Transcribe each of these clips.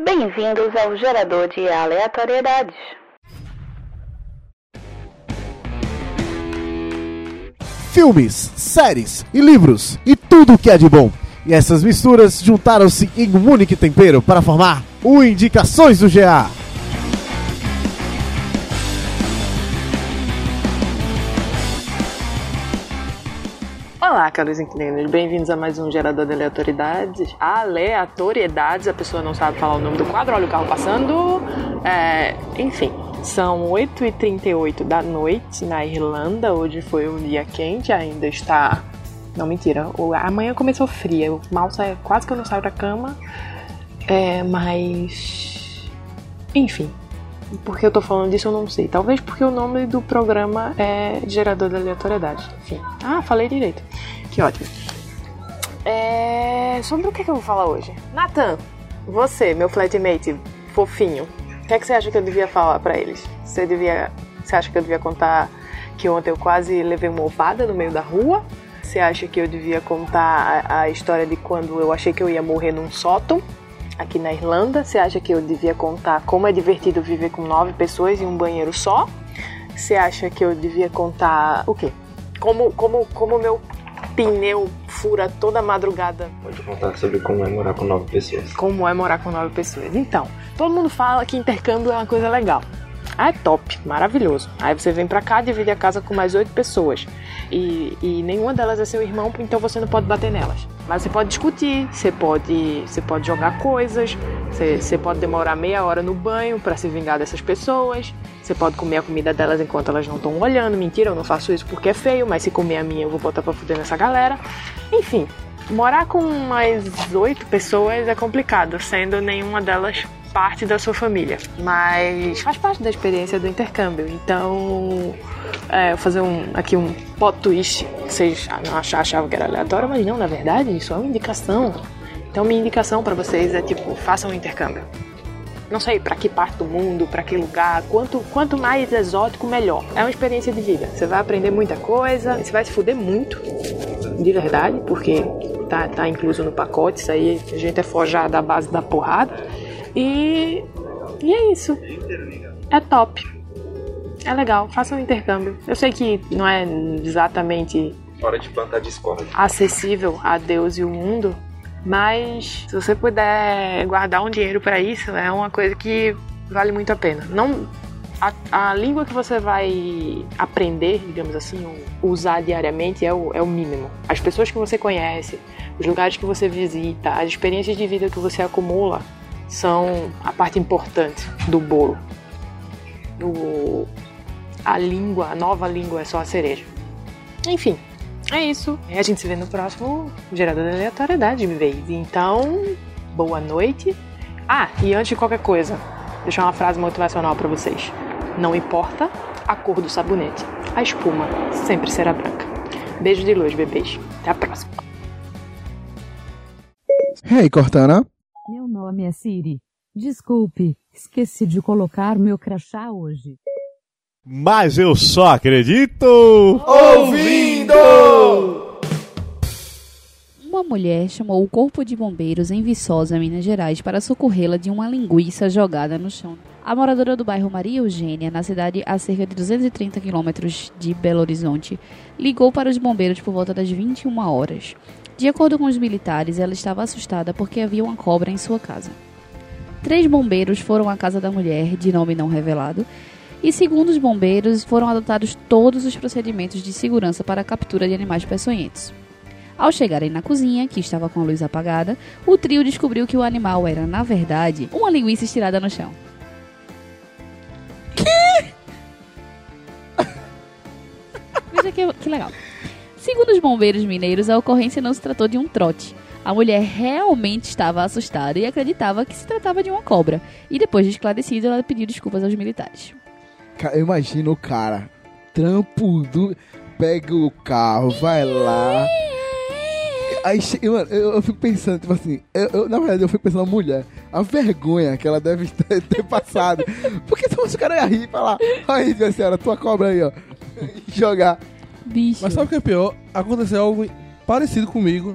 Bem-vindos ao gerador de aleatoriedades. Filmes, séries e livros e tudo o que é de bom. E essas misturas juntaram-se em um único tempero para formar o Indicações do GA. Olá, caros inquilinos, bem-vindos a mais um gerador de aleatoriedades. Aleatoriedades, a pessoa não sabe falar o nome do quadro, olha o carro passando. Enfim, são 8h38 da noite na Irlanda, hoje foi um dia quente, ainda está... Não, mentira, amanhã começou fria, eu mal saio, quase que eu não saio da cama, mas... Enfim, por que eu tô falando disso eu não sei, talvez porque o nome do programa é Gerador de Aleatoriedade, enfim. Ah, falei direito, que ótimo. Sobre o que eu vou falar hoje? Nathan, você, meu flatmate fofinho, o que é que você acha que eu devia falar pra eles? Você acha que eu devia contar que ontem eu quase levei uma ovada no meio da rua? Você acha que eu devia contar a história de quando eu achei que eu ia morrer num sótão aqui na Irlanda? Você acha que eu devia contar como é divertido viver com 9 pessoas em um banheiro só? Você acha que eu devia contar o quê? Como meu pneu fura toda madrugada? Pode contar sobre como é morar com 9 pessoas. Como é morar com 9 pessoas. Então, todo mundo fala que intercâmbio é uma coisa legal. É top, maravilhoso. Aí você vem pra cá, divide a casa com mais 8 pessoas. E nenhuma delas é seu irmão, então você não pode bater nelas. Mas você pode discutir, você pode jogar coisas, você pode demorar meia hora no banho pra se vingar dessas pessoas. Você pode comer a comida delas enquanto elas não estão olhando. Mentira, eu não faço isso porque é feio, mas se comer a minha eu vou botar pra fuder nessa galera. Enfim, morar com mais 8 pessoas é complicado, sendo nenhuma delas parte da sua família, mas faz parte da experiência do intercâmbio. Então, vou fazer aqui um plot twist. Vocês não achavam que era aleatório, mas não, na verdade, isso é uma indicação. Então, minha indicação pra vocês é façam um intercâmbio. Não sei pra que parte do mundo, pra que lugar, quanto mais exótico, melhor. É uma experiência de vida. Você vai aprender muita coisa, você vai se fuder muito, de verdade, porque tá incluso no pacote. Isso aí, a gente é forjado à base da porrada. E é isso. É top. É legal, faça um intercâmbio. Eu sei que não é exatamente Hora de plantar discórdia. acessível a Deus e o mundo, mas se você puder guardar um dinheiro pra isso, é uma coisa que vale muito a pena. Não, a língua que você vai aprender, digamos assim, ou usar diariamente é o mínimo. As pessoas que você conhece, os lugares que você visita, as experiências de vida que você acumula são a parte importante do bolo. A nova língua é só a cereja. Enfim, é isso. A gente se vê no próximo Gerador de Aleatoriedade, vez. Então, boa noite. E antes de qualquer coisa, deixar uma frase motivacional pra vocês. Não importa a cor do sabonete, a espuma sempre será branca. Beijo de luz, bebês. Até a próxima. Hey, Cortana. Meu nome é Siri. Desculpe, esqueci de colocar meu crachá hoje. Mas eu só acredito ouvindo! Uma mulher chamou o corpo de bombeiros em Viçosa, Minas Gerais, para socorrê-la de uma linguiça jogada no chão. A moradora do bairro Maria Eugênia, na cidade a cerca de 230 quilômetros de Belo Horizonte, ligou para os bombeiros por volta das 21 horas. De acordo com os militares, ela estava assustada porque havia uma cobra em sua casa. 3 bombeiros foram à casa da mulher, de nome não revelado, e segundo os bombeiros, foram adotados todos os procedimentos de segurança para a captura de animais peçonhentos. Ao chegarem na cozinha, que estava com a luz apagada, o trio descobriu que o animal era, na verdade, uma linguiça estirada no chão. Veja que legal. Segundo os bombeiros mineiros, a ocorrência não se tratou de um trote. A mulher realmente estava assustada e acreditava que se tratava de uma cobra. E depois de esclarecido, ela pediu desculpas aos militares. Eu imagino o cara, trampo do... Pega o carro, vai lá... Aí, mano, eu fico pensando, tipo assim, na verdade eu fico pensando na mulher, a vergonha que ela deve ter passado. Porque se fosse o cara ia rir e falar, aí, minha senhora, tua cobra aí, ó, e jogar. Bicho. Mas sabe o que é pior? Aconteceu algo parecido comigo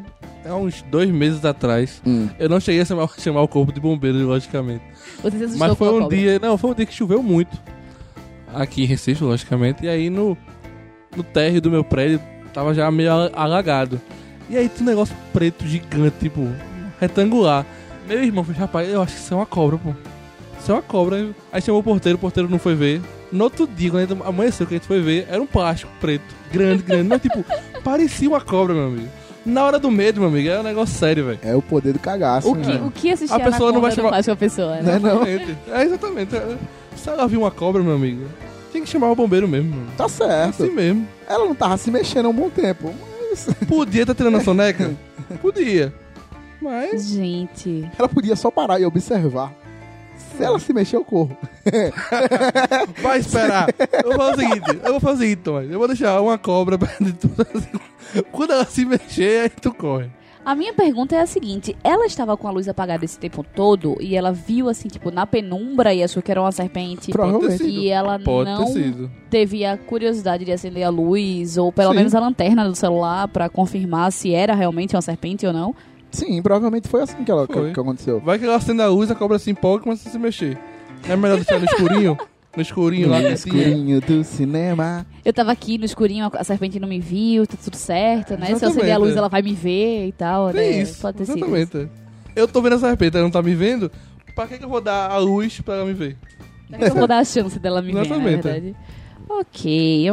há uns 2 meses atrás. Eu não cheguei a chamar o corpo de bombeiro, logicamente. Você se assustou Mas foi com a um cobra? dia... Não, foi um dia que choveu muito. Aqui em Recife, logicamente. E aí no térreo do meu prédio tava já meio alagado. E aí tinha um negócio preto gigante, tipo, retangular. Meu irmão falou, rapaz, eu acho que isso é uma cobra, pô. Isso é uma cobra. Aí chamou o porteiro não foi ver. No outro dia, quando a gente amanheceu, que a gente foi ver, era um plástico preto, grande, mas tipo, parecia uma cobra, meu amigo. Na hora do medo, meu amigo, é um negócio sério, velho. É o poder do cagaço. O que assistir A pessoa não vai chamar... faz com a pessoa, né? Exatamente. Exatamente. Se ela viu uma cobra, meu amigo, tem que chamar o bombeiro mesmo, mano. Tá certo. Assim mesmo. Ela não tava se mexendo há um bom tempo, mas... Podia estar tirando a soneca? Podia. Mas... Gente... Ela podia só parar e observar. Se ela se mexer, eu corro. Vai esperar. Eu vou fazer o seguinte, Tomás. Eu vou deixar uma cobra perto de tudo. Quando ela se mexer, aí tu corre. A minha pergunta é a seguinte, ela estava com a luz apagada esse tempo todo e ela viu assim, tipo, na penumbra e achou que era uma serpente. Provavelmente. E ela não teve a curiosidade de acender a luz ou pelo menos a lanterna do celular pra confirmar se era realmente uma serpente ou não. Sim, provavelmente foi assim que aconteceu. Vai que ela acende a luz, a cobra se empolga e começa a se mexer. É melhor deixar no escurinho? No escurinho lá. No escurinho do cinema. Eu tava aqui no escurinho, a serpente não me viu, tá tudo certo, né? Exatamente, se eu acender a luz, ela vai me ver e tal, né? Isso, pode ter sido exatamente. isso. Eu tô vendo a serpente, ela não tá me vendo. Pra que eu vou dar a luz pra ela me ver? Eu vou dar a chance dela me ver, na Exatamente. verdade. Ok.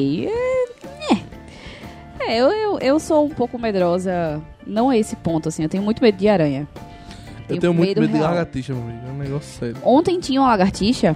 Eu sou um pouco medrosa, não a esse ponto, assim. Eu tenho muito medo de aranha. Eu tenho muito medo de real. lagartixa, meu amigo. É um negócio sério. Ontem tinha uma lagartixa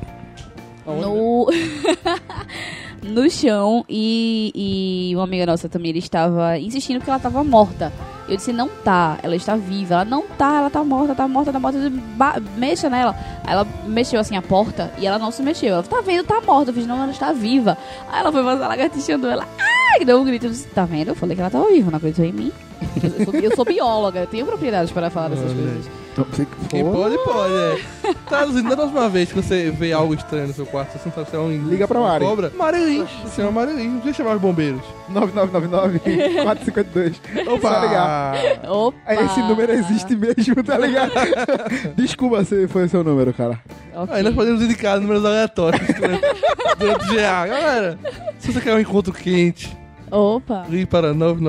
no chão e uma amiga nossa também, ele estava insistindo que ela estava morta. Eu disse, não tá, ela está viva. Ela, não tá, ela tá morta. Eu disse, mexa nela. Aí ela mexeu assim a porta e ela não se mexeu. Ela, tá vendo, tá morta. Eu fiz, não, ela está viva. Aí ela foi fazer a lagartixa andou, ela, ai, deu um grito. Eu disse, tá vendo? Eu falei que ela estava viva, não acreditou em mim. Eu sou bióloga, eu tenho propriedade para falar dessas coisas. Quem pode, é. Traduzindo, da próxima vez que você vê algo estranho no seu quarto, você não sabe se é um... Liga pra Mari. Cobra. Marilim. Você chama Marilim. Deixa eu chamar os bombeiros. 9999-452. Opa! Só ligar. Opa! Esse número existe mesmo, tá ligado? Desculpa se foi o seu número, cara. Okay. Aí nós podemos indicar números aleatórios durante o GA. Galera, se você quer um encontro quente, Opa! ligue para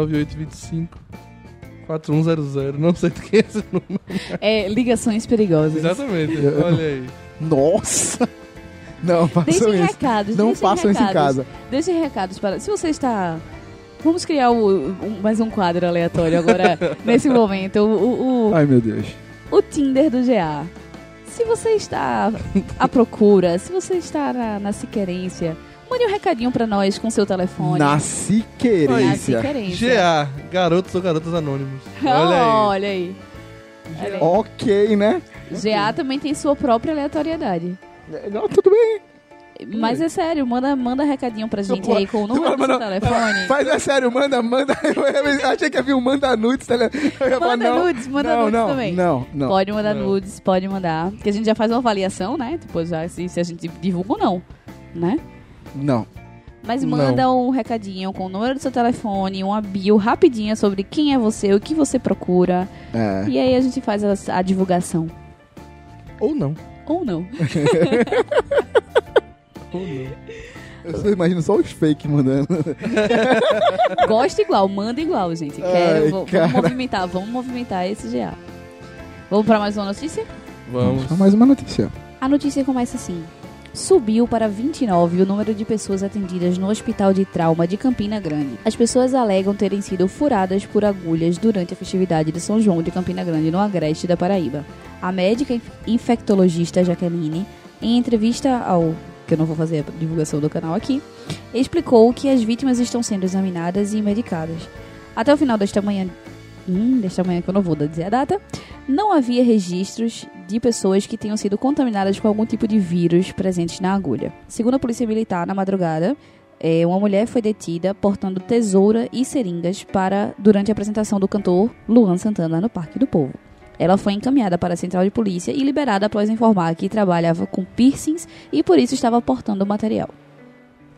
99825-4100. Não sei de quem é esse número. É, ligações perigosas. Exatamente. Olha aí. Nossa! Não façam Deixem isso. recados. Não deixem façam isso em recados. casa. Deixem recados para... Se você está... Vamos criar mais um quadro aleatório agora, nesse momento. Ai, meu Deus. O Tinder do GA. Se você está à procura, se você está na Siquerência, mande um recadinho pra nós com seu telefone. Na Siquerência. GA, garotos ou garotas anônimos. Olha aí. Olha aí. Ok, né? GA também tem sua própria aleatoriedade. Não, tudo bem. Mas é sério, manda recadinho pra gente aí com o número do seu telefone. Mas é sério, manda. Eu achei que havia um manda nudes, tá ligado? Manda nudes também. Não. Pode mandar nudes, pode mandar. Porque a gente já faz uma avaliação, né? Depois já se a gente divulga ou não, né? Não. Mas manda um recadinho com o número do seu telefone, uma bio rapidinha sobre quem é você, o que você procura. É. E aí a gente faz a divulgação. Ou não. Ou não. Eu só imagino só os fake mandando. Gosta igual, manda igual, gente. Ai, Vamos movimentar esse GA. Vamos para mais uma notícia? Vamos. Mais uma notícia. A notícia começa assim. Subiu para 29 o número de pessoas atendidas no Hospital de Trauma de Campina Grande. As pessoas alegam terem sido furadas por agulhas durante a festividade de São João de Campina Grande, no Agreste da Paraíba. A médica infectologista Jaqueline, em entrevista ao... que eu não vou fazer a divulgação do canal aqui, explicou que as vítimas estão sendo examinadas e medicadas. Até o final desta manhã que eu não vou dizer a data, não havia registros de pessoas que tenham sido contaminadas com algum tipo de vírus presentes na agulha. Segundo a Polícia Militar, na madrugada, uma mulher foi detida portando tesoura e seringas durante a apresentação do cantor Luan Santana no Parque do Povo. Ela foi encaminhada para a central de polícia e liberada após informar que trabalhava com piercings e por isso estava portando o material.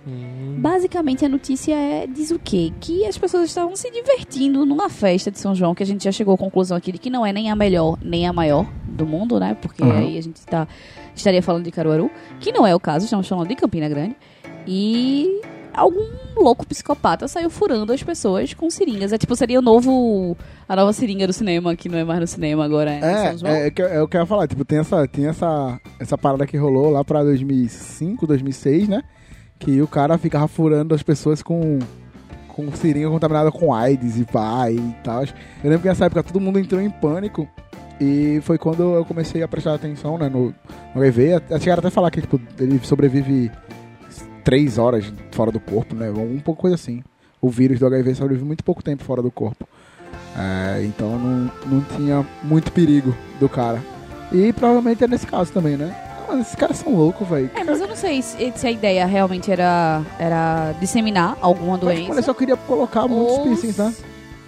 Basicamente a notícia diz o quê? Que as pessoas estavam se divertindo numa festa de São João, que a gente já chegou à conclusão aqui de que não é nem a melhor, nem a maior do mundo, né? Porque aí a gente estaria falando de Caruaru, que não é o caso, estamos falando de Campina Grande. E algum louco psicopata saiu furando as pessoas com seringas. É tipo, seria a nova seringa do cinema, que não é mais no cinema agora, é São João. É o que eu ia falar, tipo, tem essa parada que rolou lá pra 2005, 2006, né? Que o cara ficava furando as pessoas com seringa contaminada com AIDS e pá e tal. Eu lembro que nessa época todo mundo entrou em pânico e foi quando eu comecei a prestar atenção, né, no HIV. Chegaram até a falar que tipo, ele sobrevive 3 horas fora do corpo, né? Um pouco coisa assim. O vírus do HIV sobrevive muito pouco tempo fora do corpo. Então não tinha muito perigo do cara. E provavelmente é nesse caso também, né? Mas esses caras são loucos, velho. Mas eu não sei se a ideia realmente era disseminar alguma doença. Mas eu só queria colocar muitos piercings, né?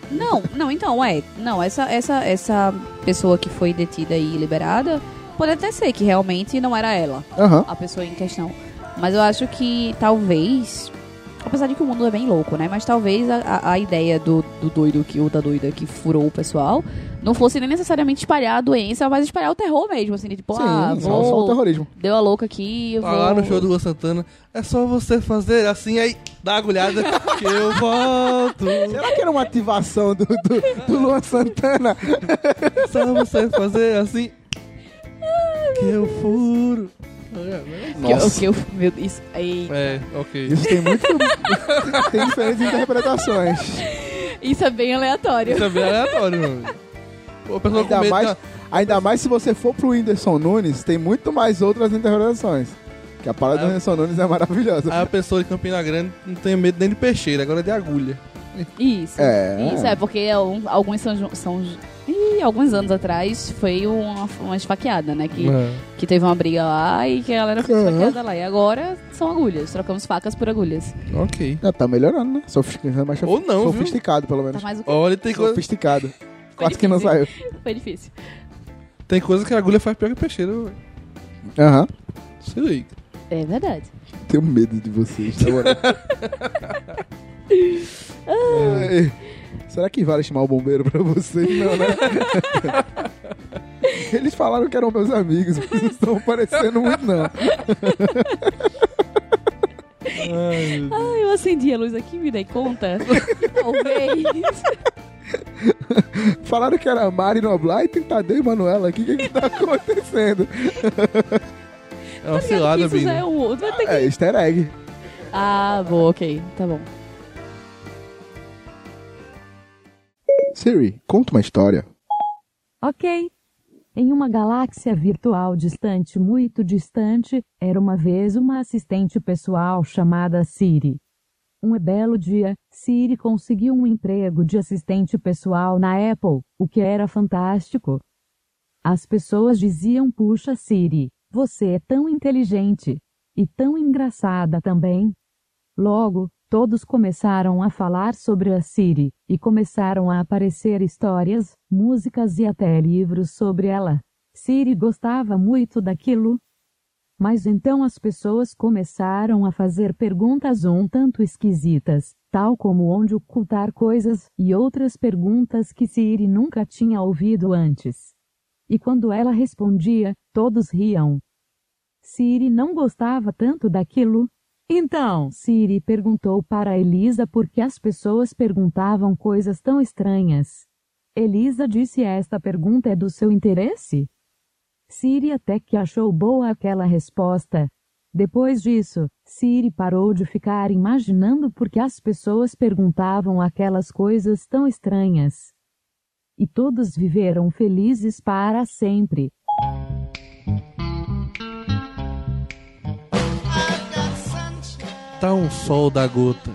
Não, essa pessoa que foi detida e liberada, pode até ser que realmente não era ela, a pessoa em questão. Mas eu acho que talvez, apesar de que o mundo é bem louco, né? Mas talvez a ideia do doido ou da doida que furou o pessoal não fosse nem necessariamente espalhar a doença, mas espalhar o terror mesmo, assim, tipo, só o terrorismo. Deu a louca aqui, eu vou... Lá no show do Luan Santana, é só você fazer assim, aí dá uma agulhada que eu volto. Será que era uma ativação do Luan Santana? É só você fazer assim, que eu furo. Nossa. Meu Deus. Ok. Isso tem muito... tem diferentes interpretações. Isso é bem aleatório. Mano. A pessoa ainda mais se você for pro Whindersson Nunes, tem muito mais outras interpretações. Que a parada do Whindersson Nunes é maravilhosa. Aí a pessoa de Campina Grande não tem medo nem de peixeira, agora é de agulha. Isso, porque alguns anos atrás foi uma esfaqueada, né? Que teve uma briga lá e que a galera foi esfaqueada lá. E agora são agulhas, trocamos facas por agulhas. Ok. Tá melhorando, né? Ou não, sofisticado, pelo menos. Tá mais o quê? Olha, tem coisa... Sofisticado. Quase que não saiu. Foi difícil. Tem coisa que a agulha faz pior que a peixeira, velho. Se liga. É verdade. Tenho medo de vocês, na moral. Será que vale chamar o bombeiro pra vocês? Não, né? Eles falaram que eram meus amigos, mas não estão parecendo muito, não. Eu acendi a luz aqui, me dei conta. Talvez. Falaram que era a Mari Noblar e tem Tadeu e Manuela aqui. O que tá acontecendo? É uma cilada, Bina. É easter egg. Bom, ok. Tá bom. Siri, conta uma história. Ok. Em uma galáxia virtual distante, muito distante, era uma vez uma assistente pessoal chamada Siri. Um belo dia, Siri conseguiu um emprego de assistente pessoal na Apple, o que era fantástico. As pessoas diziam: puxa, Siri, você é tão inteligente e tão engraçada também. Logo, todos começaram a falar sobre a Siri e começaram a aparecer histórias, músicas e até livros sobre ela. Siri gostava muito daquilo. Mas então as pessoas começaram a fazer perguntas um tanto esquisitas, tal como onde ocultar coisas e outras perguntas que Siri nunca tinha ouvido antes. E quando ela respondia, todos riam. Siri não gostava tanto daquilo. Então, Siri perguntou para Elisa por que as pessoas perguntavam coisas tão estranhas. Elisa disse: esta pergunta é do seu interesse? Siri até que achou boa aquela resposta. Depois disso, Siri parou de ficar imaginando por que as pessoas perguntavam aquelas coisas tão estranhas. E todos viveram felizes para sempre. Tá um sol da gota,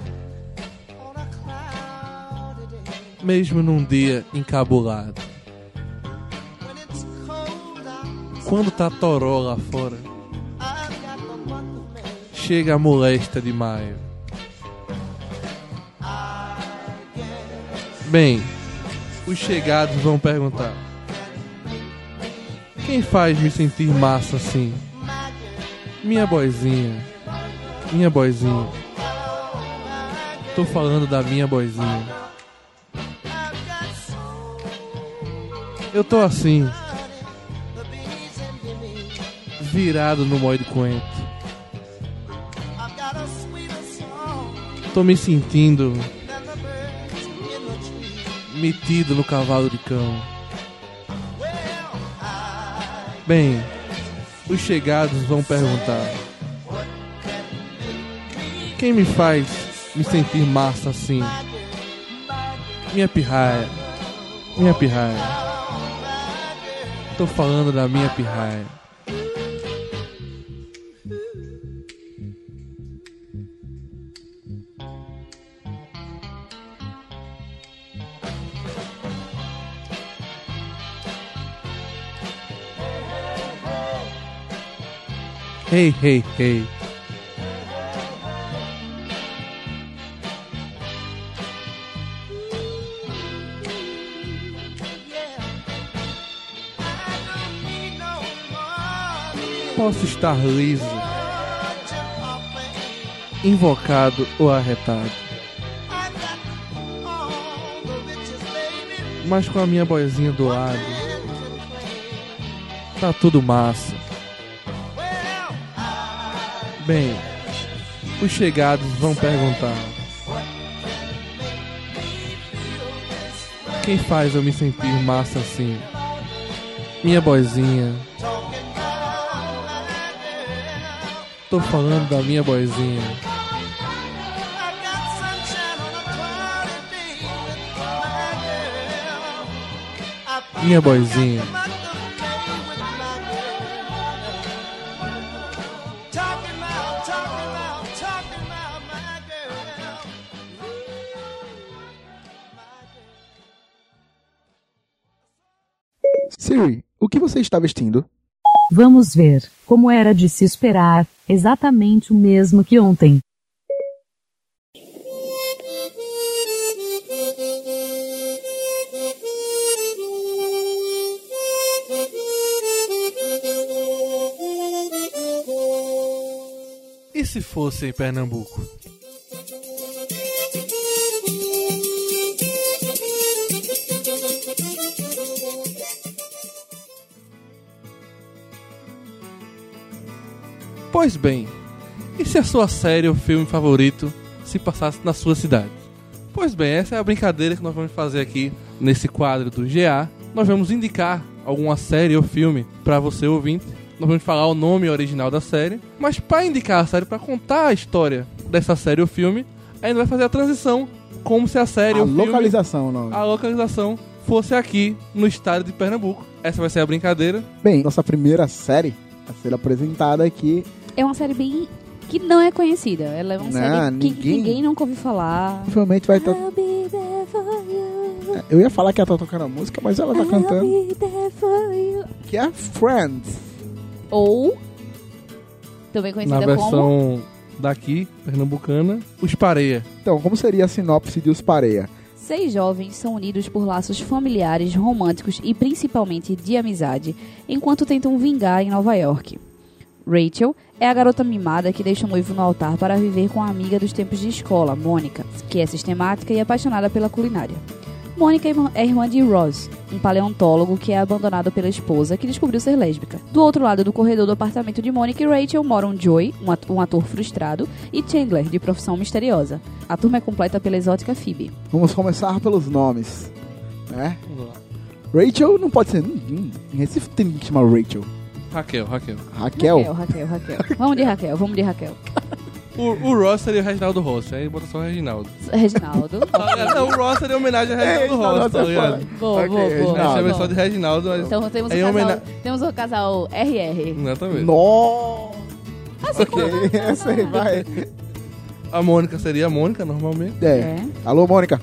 mesmo num dia encabulado. Quando tá toró lá fora, chega a molesta de maio. Bem, os chegados vão perguntar: quem faz me sentir massa assim? Minha boizinha, minha boizinha. Tô falando da minha boizinha. Eu tô assim, virado no moído coentro. Tô me sentindo metido no cavalo de cão. Bem, os chegados vão perguntar: quem me faz me sentir massa assim? Minha pirraia, minha pirraia. Tô falando da minha pirraia. Hey, hey, hey. Posso estar liso, invocado ou arretado, mas com a minha boizinha do lado, tá tudo massa. Bem, os chegados vão perguntar: quem faz eu me sentir massa assim? Minha boizinha. Tô falando da minha boizinha. Minha boizinha. Siri, o que você está vestindo? Vamos ver, como era de se esperar, exatamente o mesmo que ontem. E se fosse em Pernambuco? Pois bem, e se a sua série ou filme favorito se passasse na sua cidade? Pois bem, essa é a brincadeira que nós vamos fazer aqui nesse quadro do GA. Nós vamos indicar alguma série ou filme para você ouvinte. Nós vamos falar o nome original da série, mas para indicar a série, para contar a história dessa série ou filme, a gente vai fazer a transição como se a série ou filme... A localização fosse aqui no estado de Pernambuco. Essa vai ser a brincadeira. Bem, nossa primeira série a ser apresentada aqui... É uma série bem... que não é conhecida. Ela é uma série que ninguém nunca ouviu falar. Provavelmente vai estar... Eu ia falar que ela tá tocando a música, mas ela tá cantando. Que é Friends. Ou... também conhecida como... na versão daqui, pernambucana, Os Pareia. Então, como seria a sinopse de Os Pareia? 6 jovens são unidos por laços familiares, românticos e principalmente de amizade, enquanto tentam vingar em Nova York. Rachel é a garota mimada que deixa o noivo no altar para viver com a amiga dos tempos de escola, Mônica, que é sistemática e apaixonada pela culinária. Mônica é irmã de Ross, um paleontólogo que é abandonado pela esposa, que descobriu ser lésbica. Do outro lado do corredor do apartamento de Mônica e Rachel moram Joey, um ator frustrado, e Chandler, de profissão misteriosa. A turma é completa pela exótica Phoebe. Vamos começar pelos nomes, né? Rachel não pode ser... Em Recife tem ninguém que chama Rachel. Raquel. Vamos de Raquel. O Ross seria o Reginaldo Rossi, aí bota só o Reginaldo. Não, o Ross seria homenagem a Reginaldo Rossi, tá ligado? Boa. A gente chama só de Reginaldo, mas... Então temos o casal RR. Exatamente. Nossa! Essa aí vai... A Mônica seria a Mônica, normalmente. É. Alô, Mônica.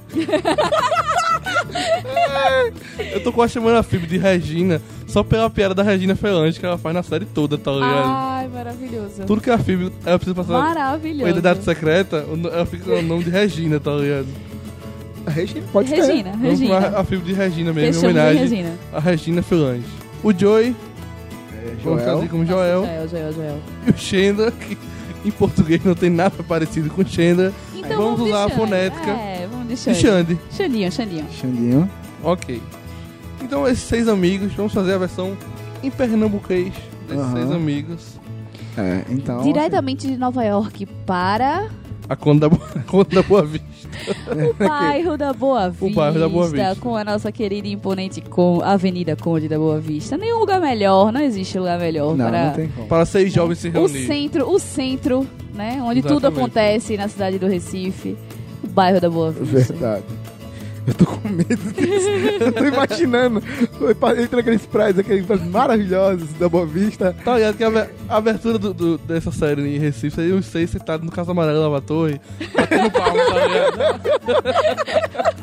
Eu tô quase chamando a Phoebe de Regina, só pela piada da Regina Felange que ela faz na série toda, tá ligado? Ai, maravilhoso. Tudo que a Phoebe, ela precisa passar maravilhoso. a identidade secreta, ela fica com o nome de Regina, tá ligado? A Regina pode ser. Regina. A Phoebe de Regina mesmo, em Fechamos homenagem a Regina Felange. O Joey, vamos traduzir como Joel. Joel. E o Chandler, que em português não tem nada parecido com Chandler. Então Vamos de usar a Xande. fonética Vamos de de Xande. Xande. Xandinho. Xandinho. Ok. Então, esses 6 amigos, vamos fazer a versão em pernambuquês desses 6 amigos. Então... Diretamente de Nova York para A Conta da Boa Vista. o bairro da Boa Vista. O bairro da Boa Vista. Com a nossa querida e imponente Avenida Conde da Boa Vista. Nenhum lugar melhor, não existe lugar melhor Não, para... não tem como. Para 6 jovens se reunirem. O centro, né? Onde tudo Exatamente. acontece na cidade do Recife. O bairro da Boa Vista. Verdade. Eu tô com medo disso. Eu tô imaginando. Entra aqueles praias, aqueles praias maravilhosos da Boa Vista. Tá ligado que a abertura dessa série em Recife seria os 6 sentados no Casa Amarela Nova Torre, batendo palma, tá ligado?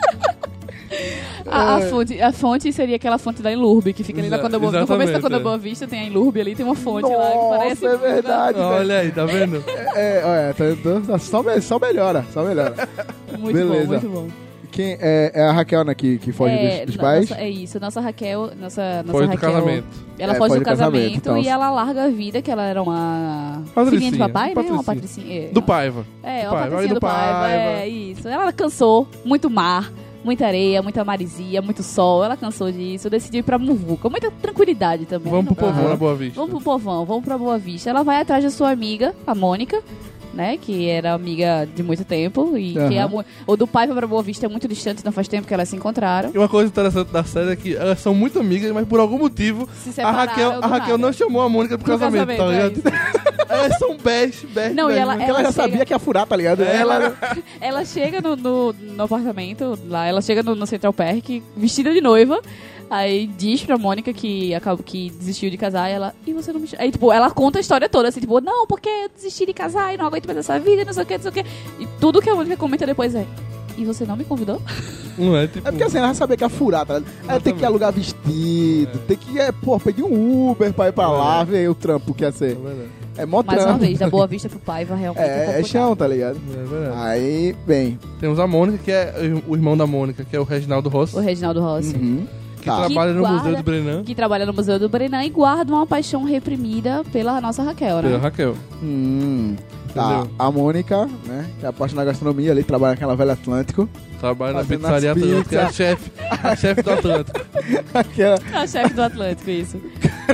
A fonte seria aquela fonte da Enlurbe, que fica ali na Conda Boa Vista. No começo da Conda Exatamente, Boa Vista tem a Enlurbe ali, tem uma fonte Nossa, lá que parece... é verdade. Olha aí, tá vendo? Olha, só melhora. Muito Beleza. bom, muito bom. Quem é a Raquel, né, que foge dos pais? É isso, nossa Raquel... Nossa Foge do Raquel, casamento. Ela É, foge foge do do casamento, casamento então. e ela larga a vida, que ela era uma Patricinha, filhinha de papai, né? Uma Patricinha. patricinha. Do Paiva. É, Do uma Paiva, patricinha do do Paiva. Paiva. É, isso. Ela cansou, muito mar, muita areia, muita marisia, muito sol. Ela cansou disso, decidiu ir pra Muvuca. Muita tranquilidade também. Vamos pro povão Aham. na Boa Vista. Vamos pro povão, vamos pra Boa Vista. Ela vai atrás da sua amiga, a Mônica, né? Que era amiga de muito tempo. E que o do Paiva pra Boa Vista é muito distante, não faz tempo que elas se encontraram. E uma coisa interessante da série é que elas são muito amigas, mas por algum motivo Se a separaram Raquel não chamou a Mônica pro casamento, tá ligado? Elas são best. Não, e ela Ela já sabia que ia furar, tá ligado? Ela chega no apartamento, lá, ela chega no Central Park, vestida de noiva, aí diz pra Mônica que desistiu de casar, e ela, e você não me chama? Aí, tipo, ela conta a história toda, assim, tipo, não, porque eu desisti de casar e não aguento mais essa vida, não sei o que. E tudo que a Mônica comenta depois é, e você não me convidou? Não é, tipo... É porque assim, ela já sabia que ia furar, tá ligado? Ela tem que alugar vestido, tem que, pedir um Uber pra ir pra lá, ver o trampo que ia ser. É mó Mais uma trampo. vez, da Boa Vista pro Paiva, realmente É complicado. chão, tá ligado? É verdade. Aí, bem. Temos a Mônica, que é o irmão da Mônica, que é o Reginaldo Rossi, O Reginaldo Rossi. que Tá. trabalha no Que Museu guarda- do Brenan, Que trabalha no Museu do Brenan e guarda uma paixão reprimida pela nossa Raquel, né? pela Raquel. Tá. Entendeu? A Mônica, né? Que é a parte na gastronomia ali, trabalha naquela velha Atlântico. Trabalha na Fazendo pizzaria as Atlântica, é pizzas. a chefe do Atlântico. Aquela. A chefe do Atlântico, isso.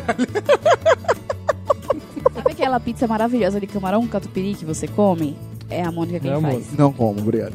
Sabe aquela pizza maravilhosa de camarão catupiry que você come? É a Mônica quem É a faz. Mônica. Não como, obrigado.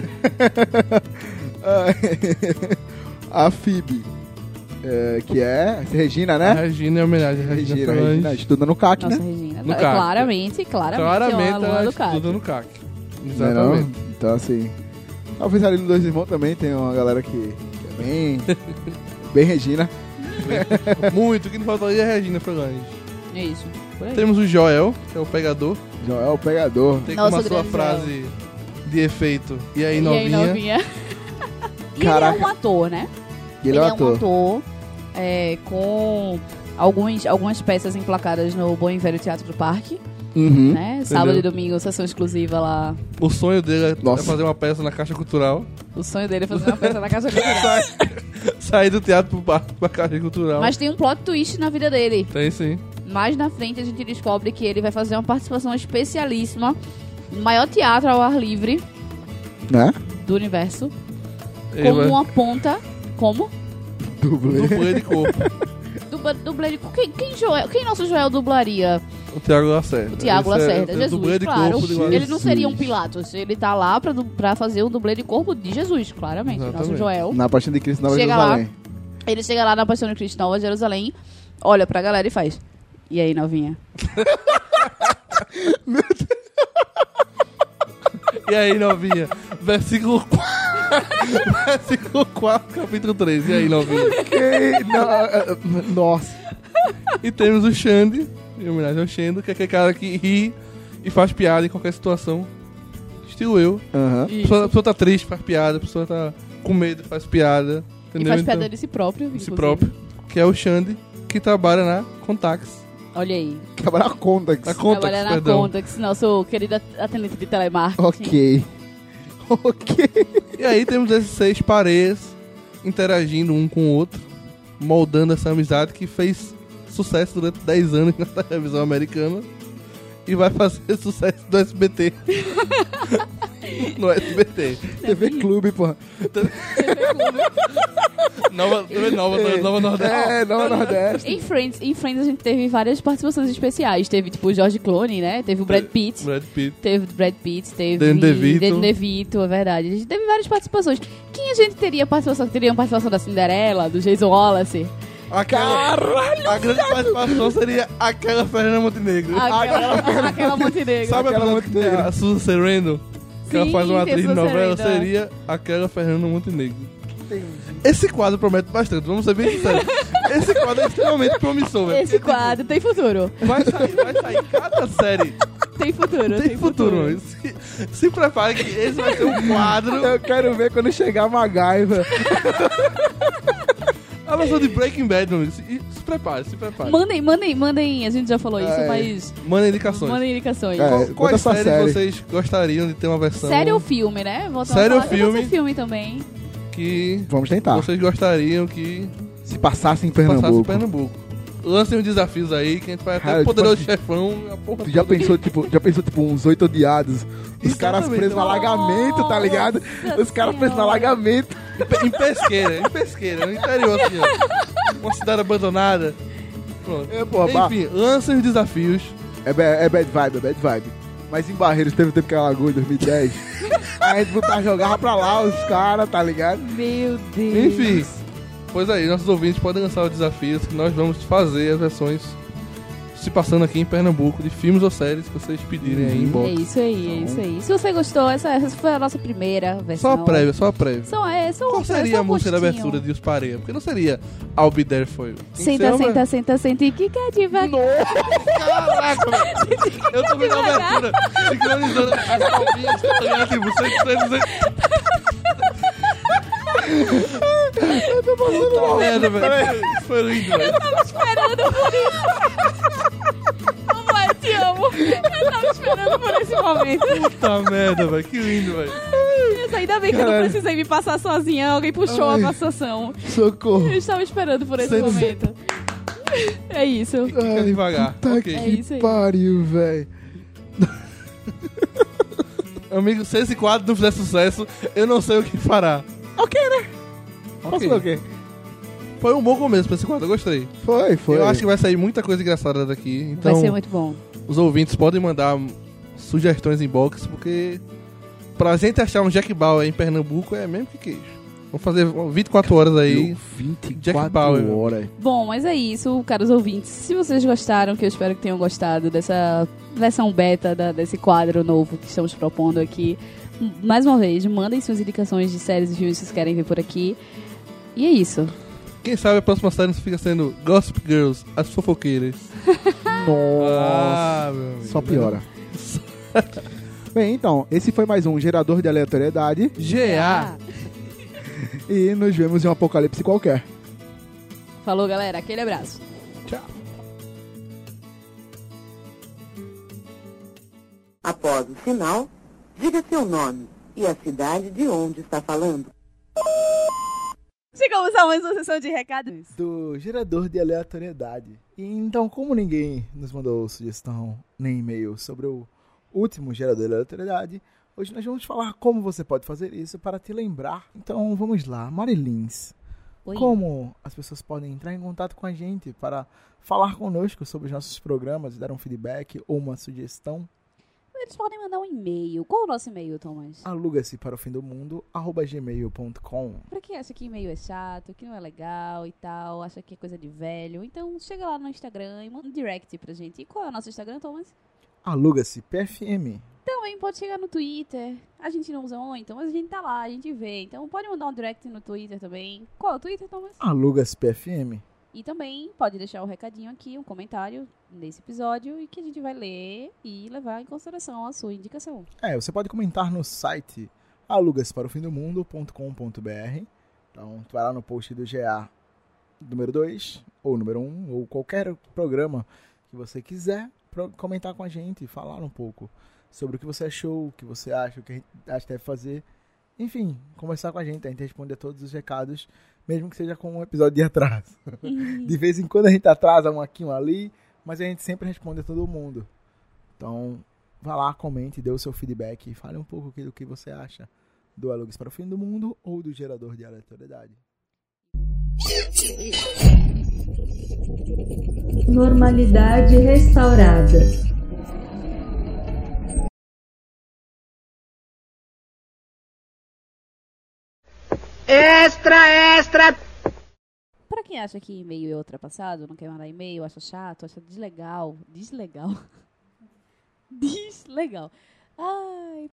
A Phoebe, que é Regina, A né? Regina é homenagem a Regina Falange. Regina, estuda no CAC, Nossa, né? Regina. No CAC. Claramente é uma aluna ela do CAC. estuda no CAC. Não é Exatamente. não? Então, assim. Talvez ali no Dois Irmãos também tem uma galera que é bem. bem Regina. Muito, o que não faltaria é a Regina Falange. É isso. Por aí. Temos o Joel, que é o pegador. Joel, o pegador. Tem Nossa, como a sua grande frase de efeito. E aí, E aí, novinha? novinha. E Caraca. ele é um ator, né? Ele é um um ator. ator com algumas peças emplacadas no Bom e Velho Teatro do Parque, Uhum. né? Sábado e domingo, sessão exclusiva lá. O sonho dele é Nossa. fazer uma peça na Caixa Cultural. O sonho dele é fazer uma peça na Caixa Cultural. Sair do teatro pro bar, pra Caixa Cultural. Mas tem um plot twist na vida dele. Tem sim. Mais na frente a gente descobre que ele vai fazer uma participação especialíssima no maior teatro ao ar livre Né? do universo. Ele Como vai- uma ponta. Como? Dublê. dublê de corpo. Dublê de... Quem nosso Joel dublaria? O Thiago Lacerda. O Thiago Esse Lacerda. é o Jesus, dublê de claro. corpo de Ele não seria um Jesus. Pilatos. Ele tá lá pra fazer o dublê de corpo de Jesus, claramente. Nosso Exatamente. Joel. Na Paixão de Cristo Nova Chega Jerusalém. Ele chega lá na Paixão de Cristo Nova Jerusalém, olha pra galera e faz. E aí, novinha? E aí, novinha? Versículo 4. Versículo 4, capítulo 3. E aí, novinha? Nossa. E temos o Xande, em homenagem ao Xendo, que é aquele cara que ri e faz piada em qualquer situação. Estilo eu. Aham. A pessoa tá triste, faz piada. A pessoa tá com medo, faz piada. E Entendeu? faz Então, piada de si próprio. de si inclusive. próprio. Que é o Xande, que trabalha na Contax. Olha aí. Trabalhar a Contax. A Contax, Trabalha na perdão. Contax, nosso querido atendente de telemarketing. Ok. Ok. E aí temos esses 6 pares interagindo um com o outro, moldando essa amizade que fez sucesso durante 10 anos na televisão americana e vai fazer sucesso do SBT. No SBT. TV Clube, porra. Nova Nordeste. Nova Nordeste. Em Friends a gente teve várias participações especiais. Teve, tipo, o George Clooney, né? Teve o Brad Pitt. Teve Danny DeVito. Danny DeVito, é verdade. A gente teve várias participações. Quem a gente teria participação? Teria uma participação da Cinderela, do Jason Wallace. Caralho! A grande participação seria aquela Fernanda Montenegro. Aquela Montenegro. Sabe aquela a Montenegro. A Susan Sereno? Que ela Sim, faz uma atriz de Susan novela, Sarandon, seria aquela Fernanda Montenegro. Esse quadro promete bastante, vamos ser bem sinceros. Esse quadro é extremamente promissor, velho. Esse quadro tem futuro. Vai sair cada série. Tem futuro. Tem futuro, mano. Se prepare que esse vai ser um quadro. Eu quero ver quando chegar a MacGyver. A versão de Breaking Bad, meu amigo. Se prepare. Mandem. A gente já falou isso, mas... Mandem indicações. Mandem indicações. Quais séries vocês gostariam de ter uma versão... Série ou filme, né? Série ou filme? Filme também. Que vamos tentar. Vocês gostariam que se passasse em Pernambuco. Lancem os desafios aí, que a gente vai até o Poderoso Chefão. Tu já pensou, tipo, uns 8 odiados? Os caras presos no alagamento, tá ligado? Os caras presos no alagamento. Em pesqueira, no interior, assim, ó. Uma cidade abandonada. Pronto. Enfim, lancem os desafios. É bad vibe. Mas em Barreiros teve tempo que ela alagou em 2010. A gente jogava pra lá os caras, tá ligado? Meu Deus. Enfim, pois aí, nossos ouvintes podem lançar os desafios que nós vamos fazer as versões se passando aqui em Pernambuco de filmes ou séries que vocês pedirem aí em box. É isso aí. Se você gostou, essa foi a nossa primeira versão. Só a prévia. Qual seria a música da abertura de Os Pareia? Porque não seria I'll Be There For You. Senta e quica devagar. Caraca, velho. Eu tô vendo a abertura, sincronizando as palminhas, tá ligado? Tipo, eu tô passando merda, velho. Isso foi lindo, velho. Eu tava esperando por isso. Mamãe, eu te amo. Eu tava esperando por esse momento. Puta merda, velho. Que lindo, velho. Ainda bem que eu não precisei me passar sozinha. Alguém puxou a passação. Socorro. Eu estava esperando por esse momento. É isso. Fica devagar. Tá Okay. que isso aí. Pariu, velho. Amigo, se esse quadro não fizer sucesso, eu não sei o que fará. Ok, né? Ok. Foi um bom começo pra esse quadro, eu gostei. Foi. Eu acho que vai sair muita coisa engraçada daqui. Então, vai ser muito bom. Os ouvintes podem mandar sugestões em box, porque pra gente achar um Jack Bauer em Pernambuco é mesmo que queijo. Vamos fazer 24 horas aí. 24 horas. Bom, mas é isso, caros ouvintes. Se vocês gostaram, que eu espero que tenham gostado dessa versão beta desse quadro novo que estamos propondo aqui, mais uma vez, mandem suas indicações de séries e filmes que vocês querem ver por aqui. E é isso. Quem sabe a próxima série fica sendo Gossip Girls, as fofoqueiras. Nossa, só piora. Bem, então, esse foi mais um Gerador de Aleatoriedade. GA. E nos vemos em um apocalipse qualquer. Falou, galera. Aquele abraço. Tchau. Após o sinal, diga seu nome e a cidade de onde está falando. Chegamos a mais uma sessão de recados do Gerador de Aleatoriedade. E então, como ninguém nos mandou sugestão nem e-mail sobre o último Gerador de Aleatoriedade, hoje nós vamos falar como você pode fazer isso para te lembrar. Então vamos lá, Marilins. Oi. Como as pessoas podem entrar em contato com a gente para falar conosco sobre os nossos programas, dar um feedback ou uma sugestão? Eles podem mandar um e-mail. Qual é o nosso e-mail, Thomas? Aluga-se para o fim do mundo, @gmail.com. Pra quem acha que e-mail é chato, que não é legal e tal, acha que é coisa de velho, então chega lá no Instagram e manda um direct pra gente. E qual é o nosso Instagram, Thomas? Aluga-se PFM. Também pode chegar no Twitter. A gente não usa muito, mas a gente tá lá, a gente vê. Então pode mandar um direct no Twitter também. Qual é o Twitter, Thomas? Aluga-se PFM. E também pode deixar um recadinho aqui, um comentário nesse episódio e que a gente vai ler e levar em consideração a sua indicação. Você pode comentar no site alugasparofindomundo.com.br. Então, tu vai lá no post do GA número 2 ou número 1 ou qualquer programa que você quiser comentar com a gente, falar um pouco sobre o que você achou, o que você acha, o que a gente acha que deve fazer. Enfim, conversar com a gente responde a todos os recados, mesmo que seja com um episódio de atraso. De vez em quando a gente atrasa um aqui, um ali, mas a gente sempre responde a todo mundo. Então, vá lá, comente, dê o seu feedback e fale um pouco do que você acha do Alugues para o Fim do Mundo ou do gerador de aleatoriedade. Normalidade restaurada. Extra! Pra quem acha que e-mail é ultrapassado, não quer mandar e-mail, acha chato, acha deslegal. Deslegal. Ai,